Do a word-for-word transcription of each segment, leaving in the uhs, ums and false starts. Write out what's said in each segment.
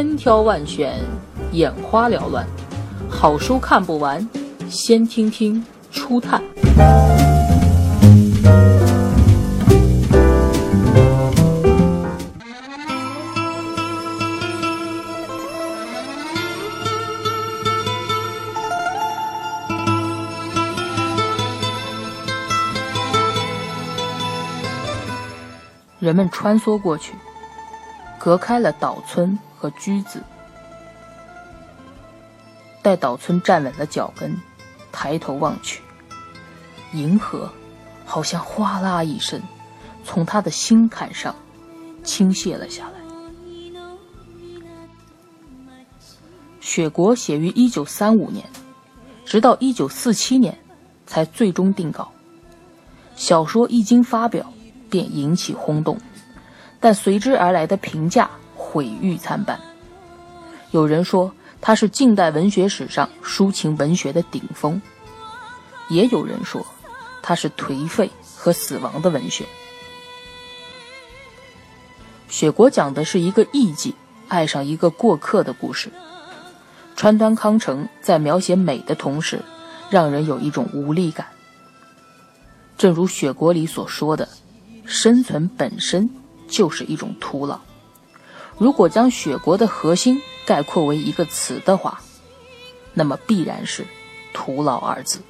千挑万选，眼花缭乱，好书看不完，先听听初探。人们穿梭过去，隔开了岛村和居子。待岛村站稳了脚跟，抬头望去，银河好像哗啦一声从他的心坎上倾泻了下来。雪国写于一九三五年，直到一九四七年才最终定稿。小说一经发表便引起轰动，但随之而来的评价毁誉参半。有人说它是近代文学史上抒情文学的顶峰，也有人说它是颓废和死亡的文学。雪国讲的是一个艺妓爱上一个过客的故事。川端康成在描写美的同时，让人有一种无力感。正如雪国里所说的，生存本身就是一种徒劳。如果将雪国的核心概括为一个词的话，那么必然是徒劳二字。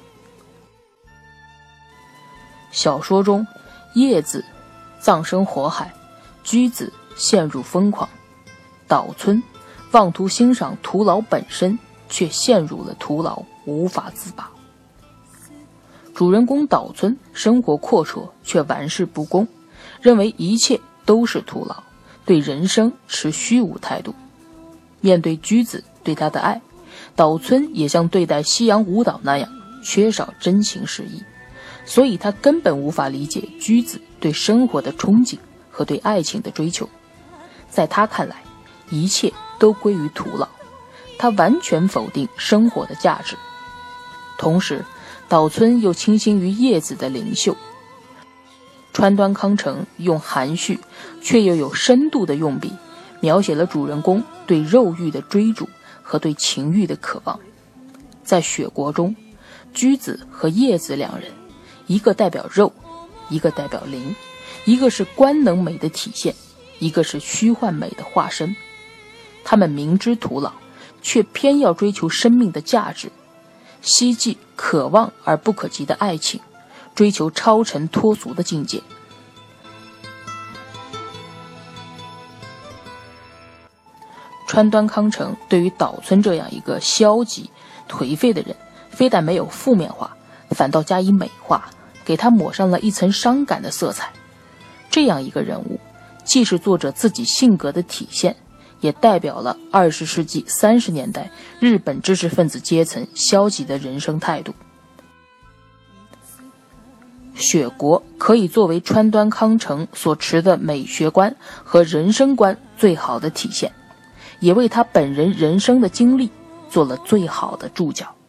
小说中，叶子葬身火海，居子陷入疯狂，岛村妄图欣赏徒劳本身，却陷入了徒劳，无法自拔。主人公岛村生活阔绰，却玩世不恭，认为一切都是徒劳，对人生持虚无态度。面对居子对他的爱，岛村也像对待西洋舞蹈那样缺少真情实意，所以他根本无法理解居子对生活的憧憬和对爱情的追求。在他看来，一切都归于徒劳，他完全否定生活的价值。同时，岛村又倾心于叶子的灵秀。川端康成用含蓄却又有深度的用笔，描写了主人公对肉欲的追逐和对情欲的渴望。在雪国中，居子和叶子两人，一个代表肉，一个代表灵，一个是官能美的体现，一个是虚幻美的化身。他们明知徒劳，却偏要追求生命的价值，希冀可望而不可及的爱情，追求超尘脱俗的境界。川端康成对于岛村这样一个消极颓废的人，非但没有负面化，反倒加以美化，给他抹上了一层伤感的色彩。这样一个人物，既是作者自己性格的体现，也代表了二十世纪三十年代日本知识分子阶层消极的人生态度。雪国可以作为川端康成所持的美学观和人生观最好的体现，也为他本人人生的经历做了最好的注脚。